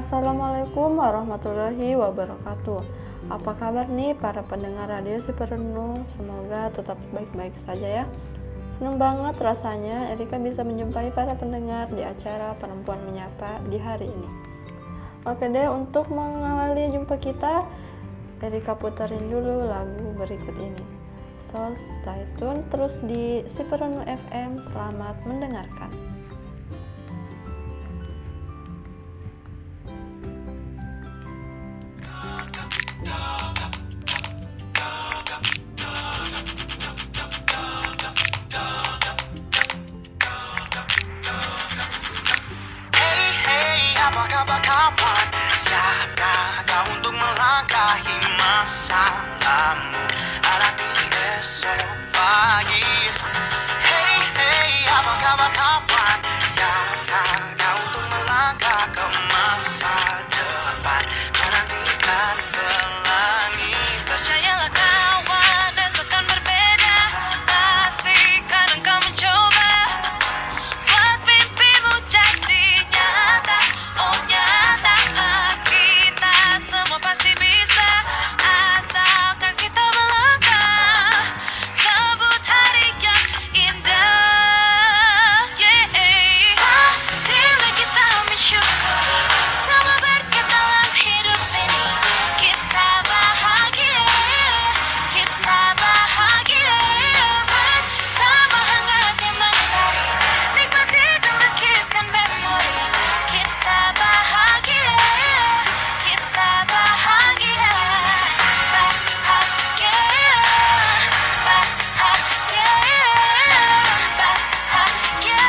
Assalamualaikum warahmatullahi wabarakatuh. Apa kabar nih para pendengar radio Si Perenung? Semoga tetap baik-baik saja ya. Senang banget rasanya Erika bisa menjumpai para pendengar di acara Perempuan Menyapa di hari ini. Oke deh, untuk mengawali jumpa kita, Erika puterin dulu lagu berikut ini. So stay tune terus di Si Perenung FM. Selamat mendengarkan. Apa kabar kawan? Siapkah kau untuk melangkahi masalahmu? Hadapi esok pagi. Hey, apa kabar kawan? Siapkah kau untuk melangkah ke masa depan? Menantikan pelangi. Percayalah kawan, esok kan berbeda. Pastikan engkau mencoba. Buat mimpimu jadi nyata. Oh nyata, kita semua pasti bisa. Asalkan kita melangkah. Sebut hari yang indah. Marilah kita mensyukuri semua berkat dalam hidup ini. Kita bahagia. Kita bahagia. Bersama hangatnya mentari. Nikmati dan lukiskan memori. Kita bahagia. Kita bahagia. Bahagia. Bahagia. Bahagia.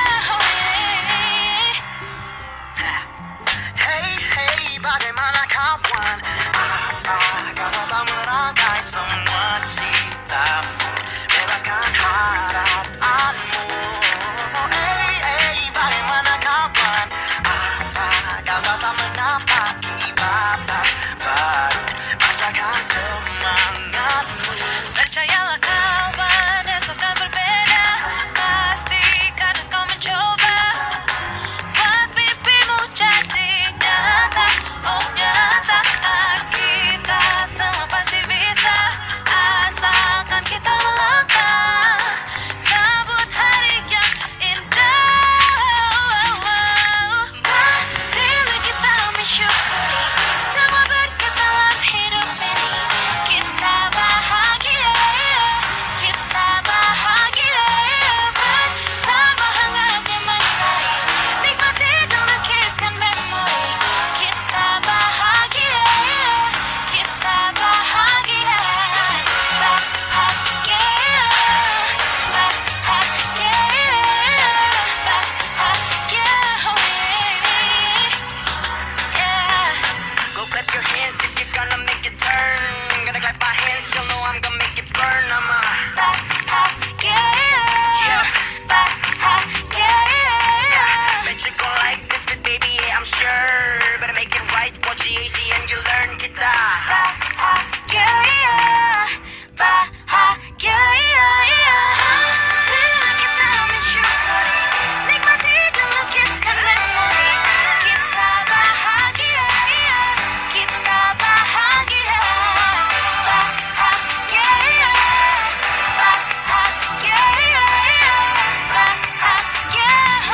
Hey, bagaimana kawan? Apa kau dapat merangkai semua citamu? Bebaskan harapanmu. Hey, bagaimana kawan? Apa kau dapat menapaki babak baru? Pancarkan semangatmu. Percayalah kawan, esok kan berbeda. Pastikan engkau mencoba. Buat mimpimu jadi nyata. Oh nyata, kita semua pasti bisa. Asalkan kita melangkah. Sambut hari yang indah. Marilah kita mensyukuri semua berkat dalam hidup ini. Kita bahagia. Kita bahagia. Bersama hangatnya mentari. Nikmati dan lukiskan memori. Kita bahagia. Kita bahagia. Bahagia. Bahagia. Bahagia. Yeah. Go clap your hands if you're gonna make it turn. Gonna clap my hands, you'll know I'm gonna make it burn. I'm a bahagia. Yeah. Bahagia. Yeah. Bet you gon' like this fit, baby, yeah, I'm sure. Better make it right, watch the AC and you learn. Kita bahagia. Bahagia. Marilah kita mensyukuri. Nikmati dan lukiskan memori. Kita bahagia. Kita bahagia. Bahagia. Bahagia. Bahagia.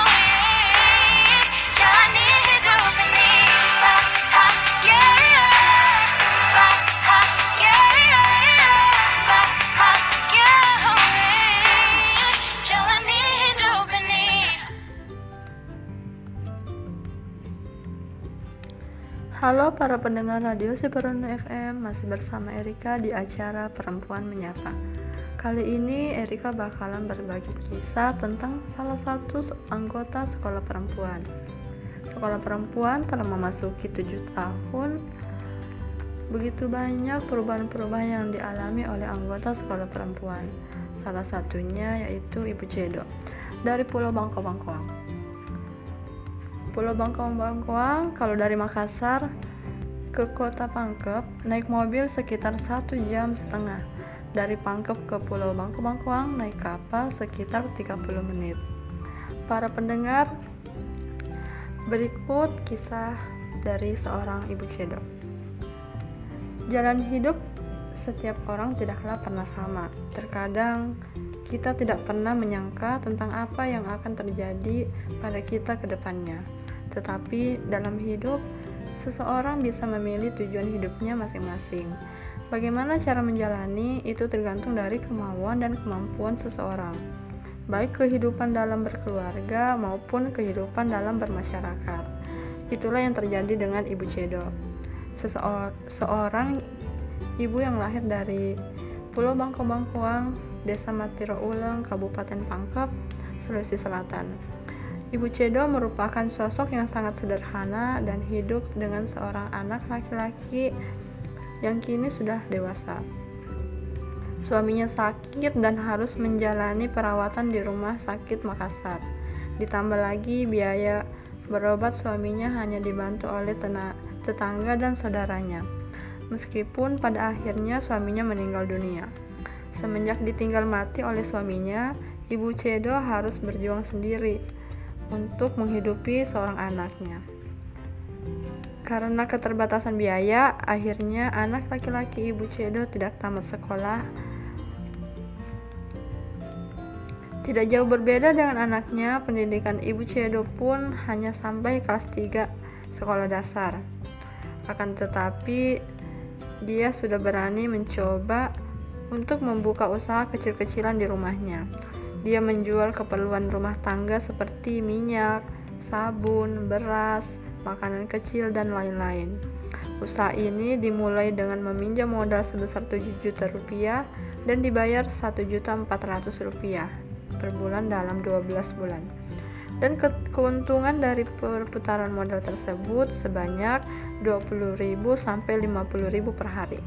Jalani hidup ini. Bahagia. Bahagia. Bahagia. Jalani hidup ini. Halo para pendengar radio Si Perenung FM, masih bersama Erika di acara Perempuan Menyapa. Kali ini Erika bakalan berbagi kisah tentang salah satu anggota sekolah perempuan. Sekolah perempuan telah memasuki 7 tahun. Begitu banyak perubahan-perubahan yang dialami oleh anggota sekolah perempuan. Salah satunya yaitu Ibu Cedo dari Pulau Bangka-Bangkoang. Pulau Bangka-Bangkoang, kalau dari Makassar ke Kota Pangkep naik mobil sekitar 1,5 jam. Dari Pangkep ke Pulau Bangka-Bangkoang naik kapal sekitar 30 menit. Para pendengar, berikut kisah dari seorang ibu cedok. Jalan hidup setiap orang tidaklah pernah sama. Terkadang kita tidak pernah menyangka tentang apa yang akan terjadi pada kita ke depannya. Tetapi dalam hidup, seseorang bisa memilih tujuan hidupnya masing-masing. Bagaimana cara menjalani itu tergantung dari kemauan dan kemampuan seseorang, baik kehidupan dalam berkeluarga maupun kehidupan dalam bermasyarakat. Itulah yang terjadi dengan Ibu Cedo, seorang ibu yang lahir dari Pulau Bangko-Bangkoang, Desa Matiro Uleng, Kabupaten Pangkep, Sulawesi Selatan. Ibu Cedo merupakan sosok yang sangat sederhana dan hidup dengan seorang anak laki-laki yang kini sudah dewasa. Suaminya sakit dan harus menjalani perawatan di rumah sakit Makassar. Ditambah lagi biaya berobat, suaminya hanya dibantu oleh tetangga dan saudaranya. Meskipun pada akhirnya suaminya meninggal dunia. Semenjak ditinggal mati oleh suaminya, Ibu Cedo harus berjuang sendiri untuk menghidupi seorang anaknya. Karena keterbatasan biaya, akhirnya anak laki-laki Ibu Cedo tidak tamat sekolah. Tidak jauh berbeda dengan anaknya, pendidikan Ibu Cedo pun hanya sampai kelas 3 sekolah dasar. Akan tetapi, dia sudah berani mencoba untuk membuka usaha kecil-kecilan di rumahnya. Dia menjual keperluan rumah tangga seperti minyak, sabun, beras, makanan kecil, dan lain-lain. Usaha ini dimulai dengan meminjam modal sebesar 7 juta rupiah dan dibayar 1.400.000 rupiah per bulan dalam 12 bulan. Dan keuntungan dari perputaran modal tersebut sebanyak 20.000 sampai 50.000 per hari.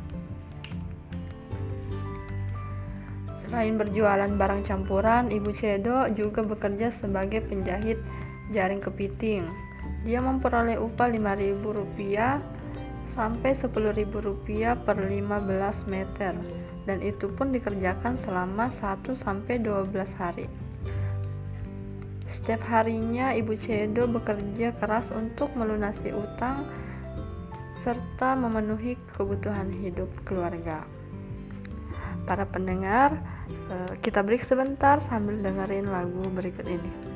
Selain berjualan barang campuran, Ibu Cedo juga bekerja sebagai penjahit jaring kepiting. Dia memperoleh upah Rp5.000 sampai Rp10.000 per 15 meter, dan itu pun dikerjakan selama 1 sampai 12 hari. Setiap harinya Ibu Cedo bekerja keras untuk melunasi utang serta memenuhi kebutuhan hidup keluarga. Para pendengar, kita break sebentar sambil dengerin lagu berikut ini.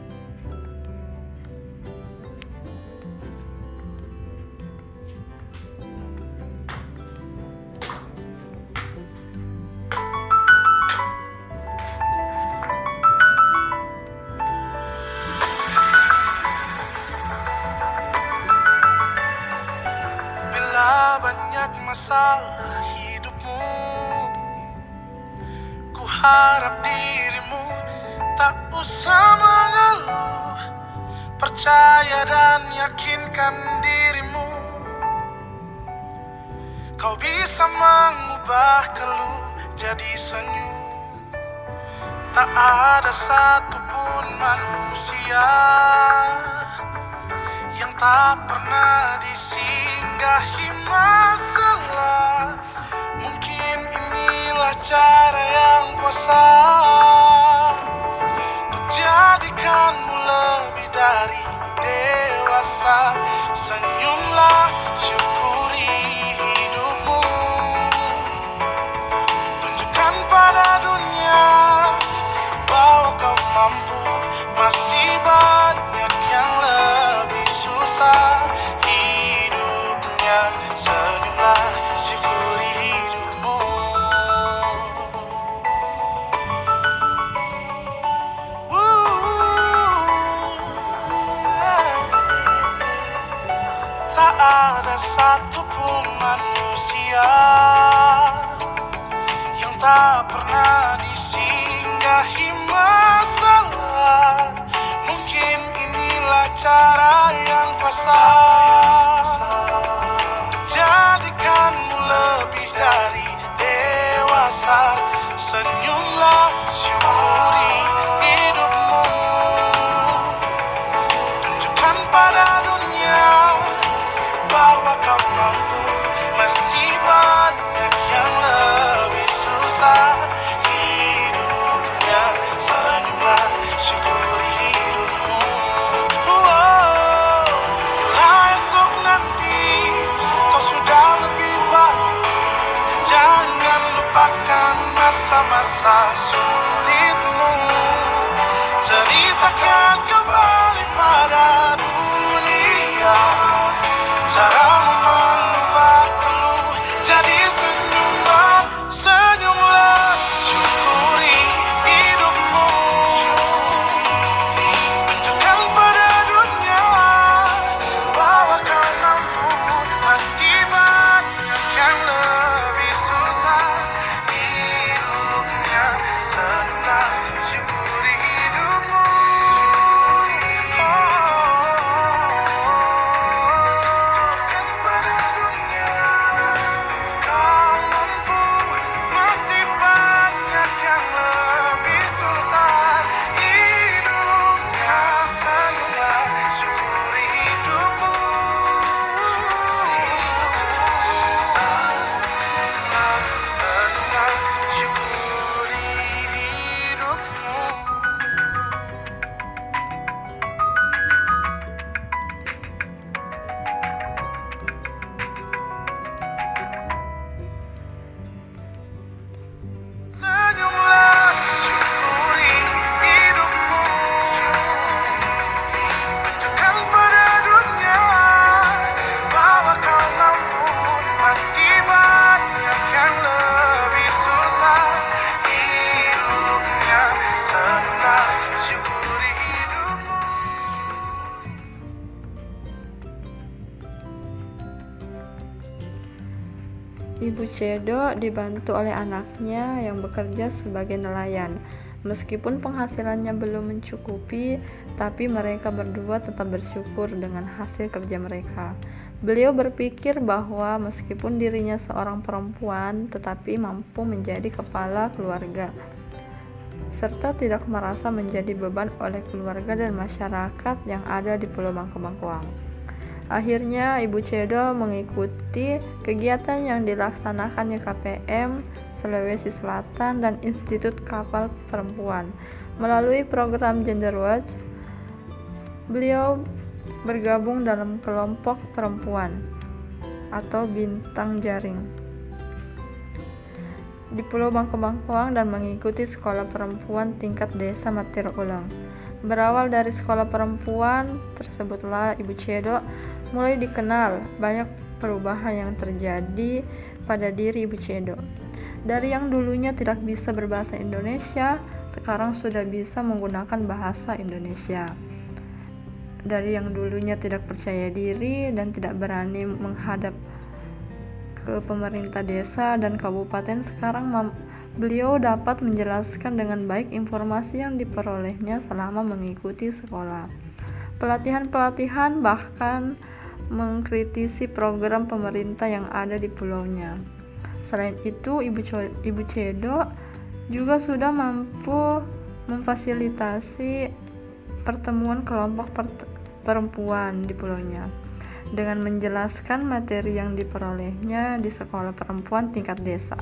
Banyak masalah hidupmu, ku harap dirimu tak usah mengeluh. Percaya dan yakinkan dirimu, kau bisa mengubah keluh jadi senyum. Tak ada satupun manusia yang tak pernah disinggahi masalah. Mungkin inilah cara yang kuasa untuk jadikanmu lebih dari dewasa. Senyumlah, syukuri hidupmu, tunjukkan pada dunia bahwa kau mampu. Masih banyak yang lebih susah hidupnya. Senyumlah, syukuri hidupmu. Tak ada satupun manusia yang tak pernah disinggahi masalah. Mungkin inilah cara yang kuasa untuk jadikanmu lebih dari dewasa. Senyumlah, syukuri hidupmu, tunjukkan pada dunia bahwa kau mampu. Masih banyak yang lebih susah hidupnya. Senyumlah, syukuri hidupmu. Bila esok nanti masa sulitmu. Ceritakan kembali pada dunia caramu mengubah keluh jadi senyuman. Senyumlah, syukuri hidupmu. Tunjukkan pada dunia bahwa kau mampu. Masih banyak yang lebih susah hidupnya. Senang, syukuri hidupmu. Tunjukkan pada dunia kau mampu. Masih banyak yang lebih susah hidupnya. Senanglah, syukuri hidupmu. Senanglah, syukuri hidupmu. Senyumlah, syukuri hidupmu. Tunjukkan pada dunia bahwa kau mampu. Masih banyak yang lebih susah hidupnya. Senang, syukuri hidupmu. Ibu Cedo dibantu oleh anaknya yang bekerja sebagai nelayan. Meskipun penghasilannya belum mencukupi, tapi mereka berdua tetap bersyukur dengan hasil kerja mereka. Beliau berpikir bahwa meskipun dirinya seorang perempuan, tetapi mampu menjadi kepala keluarga, serta tidak merasa menjadi beban oleh keluarga dan masyarakat yang ada di Pulau Bangka Bangkuang. Akhirnya Ibu Cedo mengikuti kegiatan yang dilaksanakan YKPM Sulawesi Selatan dan Institut Kapal Perempuan. Melalui program Gender Watch, beliau bergabung dalam kelompok perempuan atau bintang jaring di Pulau Bangka Bangkuang dan mengikuti sekolah perempuan tingkat desa Matir Ulang. Berawal dari sekolah perempuan tersebutlah Ibu Cedo mulai dikenal. Banyak perubahan yang terjadi pada diri Ibu Cedo. Dari yang dulunya tidak bisa berbahasa Indonesia, sekarang sudah bisa menggunakan bahasa Indonesia. Dari yang dulunya tidak percaya diri dan tidak berani menghadap ke pemerintah desa dan kabupaten, sekarang beliau dapat menjelaskan dengan baik informasi yang diperolehnya selama mengikuti sekolah. Pelatihan-pelatihan bahkan mengkritisi program pemerintah yang ada di pulaunya. Selain itu, Ibu Cedo juga sudah mampu memfasilitasi pertemuan kelompok perempuan di pulaunya dengan menjelaskan materi yang diperolehnya di sekolah perempuan tingkat desa.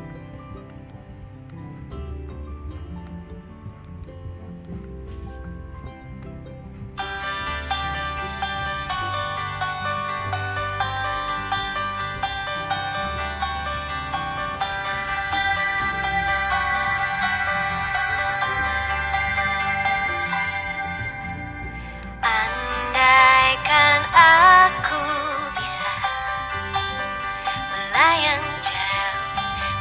Andaikan aku bisa melayang jauh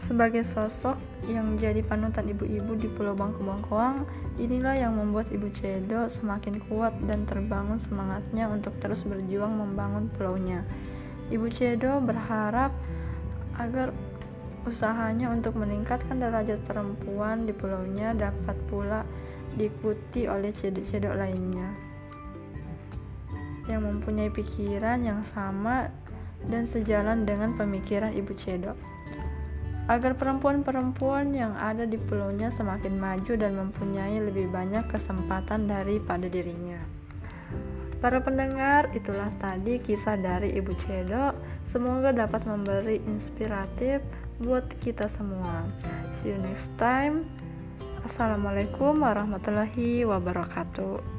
Sebagai sosok yang jadi panutan ibu-ibu di Pulau Bangka-Bangkoang, inilah yang membuat Ibu Cedo semakin kuat dan terbangun semangatnya untuk terus berjuang membangun pulaunya. Ibu Cedo berharap agar usahanya untuk meningkatkan derajat perempuan di pulaunya dapat pula diikuti oleh cedok-cedok lainnya yang mempunyai pikiran yang sama dan sejalan dengan pemikiran Ibu Cedo, agar perempuan-perempuan yang ada di pulaunya semakin maju dan mempunyai lebih banyak kesempatan daripada dirinya. Para pendengar, itulah tadi kisah dari Ibu Cedo. Semoga dapat memberi inspiratif buat kita semua. See you next time. Assalamualaikum warahmatullahi wabarakatuh.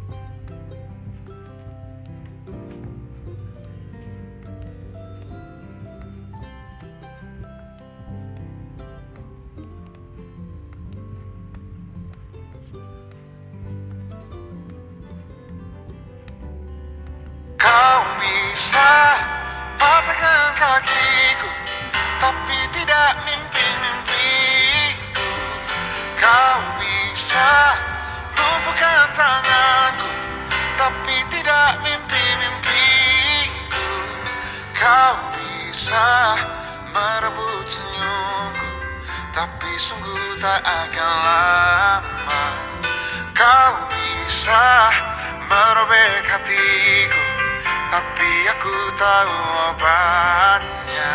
Kau bisa patahkan kakiku, tapi tidak mimpi-mimpiku. Kau bisa lumpuhkan tanganku, tapi tidak mimpi-mimpiku. Kau bisa merebut senyumku, tapi sungguh tak akan lama. Kau bisa merobek hatiku, tapi aku tahu obatnya.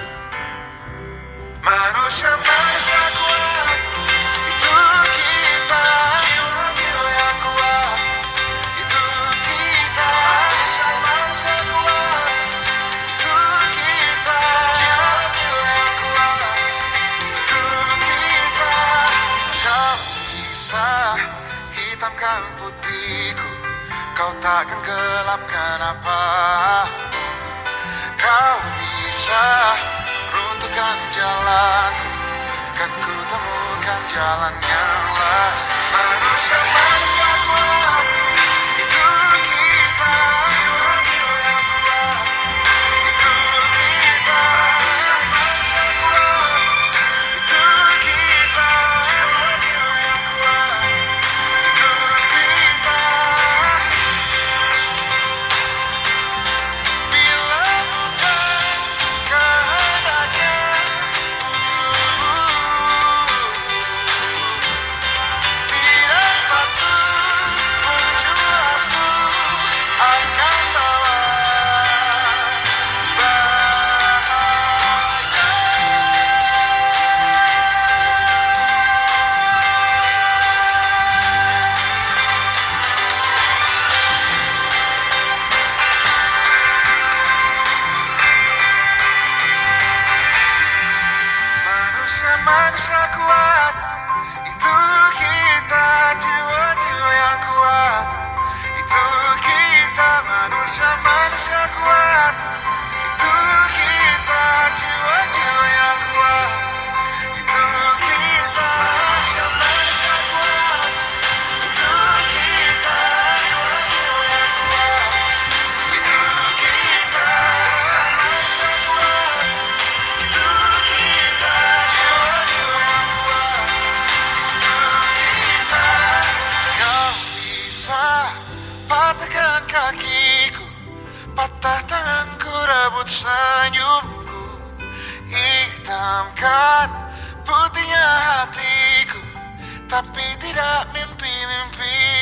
Manusia kuat, itu kita. Jiwa-jiwa yang kuat, itu kita. Manusia kuat, itu kita. Jiwa-jiwa yang kuat, itu kita. Kau bisa hitamkan putihku, kau takkan gelapkan apapun. Kau bisa runtuhkan jalanku, kan ku temukan jalan yang lain. Manusia kuat, itu kita. Jiwa-jiwa yang kuat, itu kita. Manusia kuat, itu kita. Jiwa-jiwa yang kuat, itu kita. Bila bukan kehendaknya, tidak satu pun jurasmu akan bawa bahaya. Manusia kuat, itu kita. Jiwa-jiwa yang kuat, itu kita. Manusia kuat, itu kita. Jiwa-jiwa yang kuat, itu kita. Manusia kuat, itu kita. Jiwa-jiwa yang kuat, itu kita. Manusia kuat, itu kita. Jiwa-jiwa yang kuat, itu kita. Kau bisa patahkan kakiku, patah tanganku, rebut senyumku, hitamkan putihnya hatiku, tapi tidak mimpi-mimpi.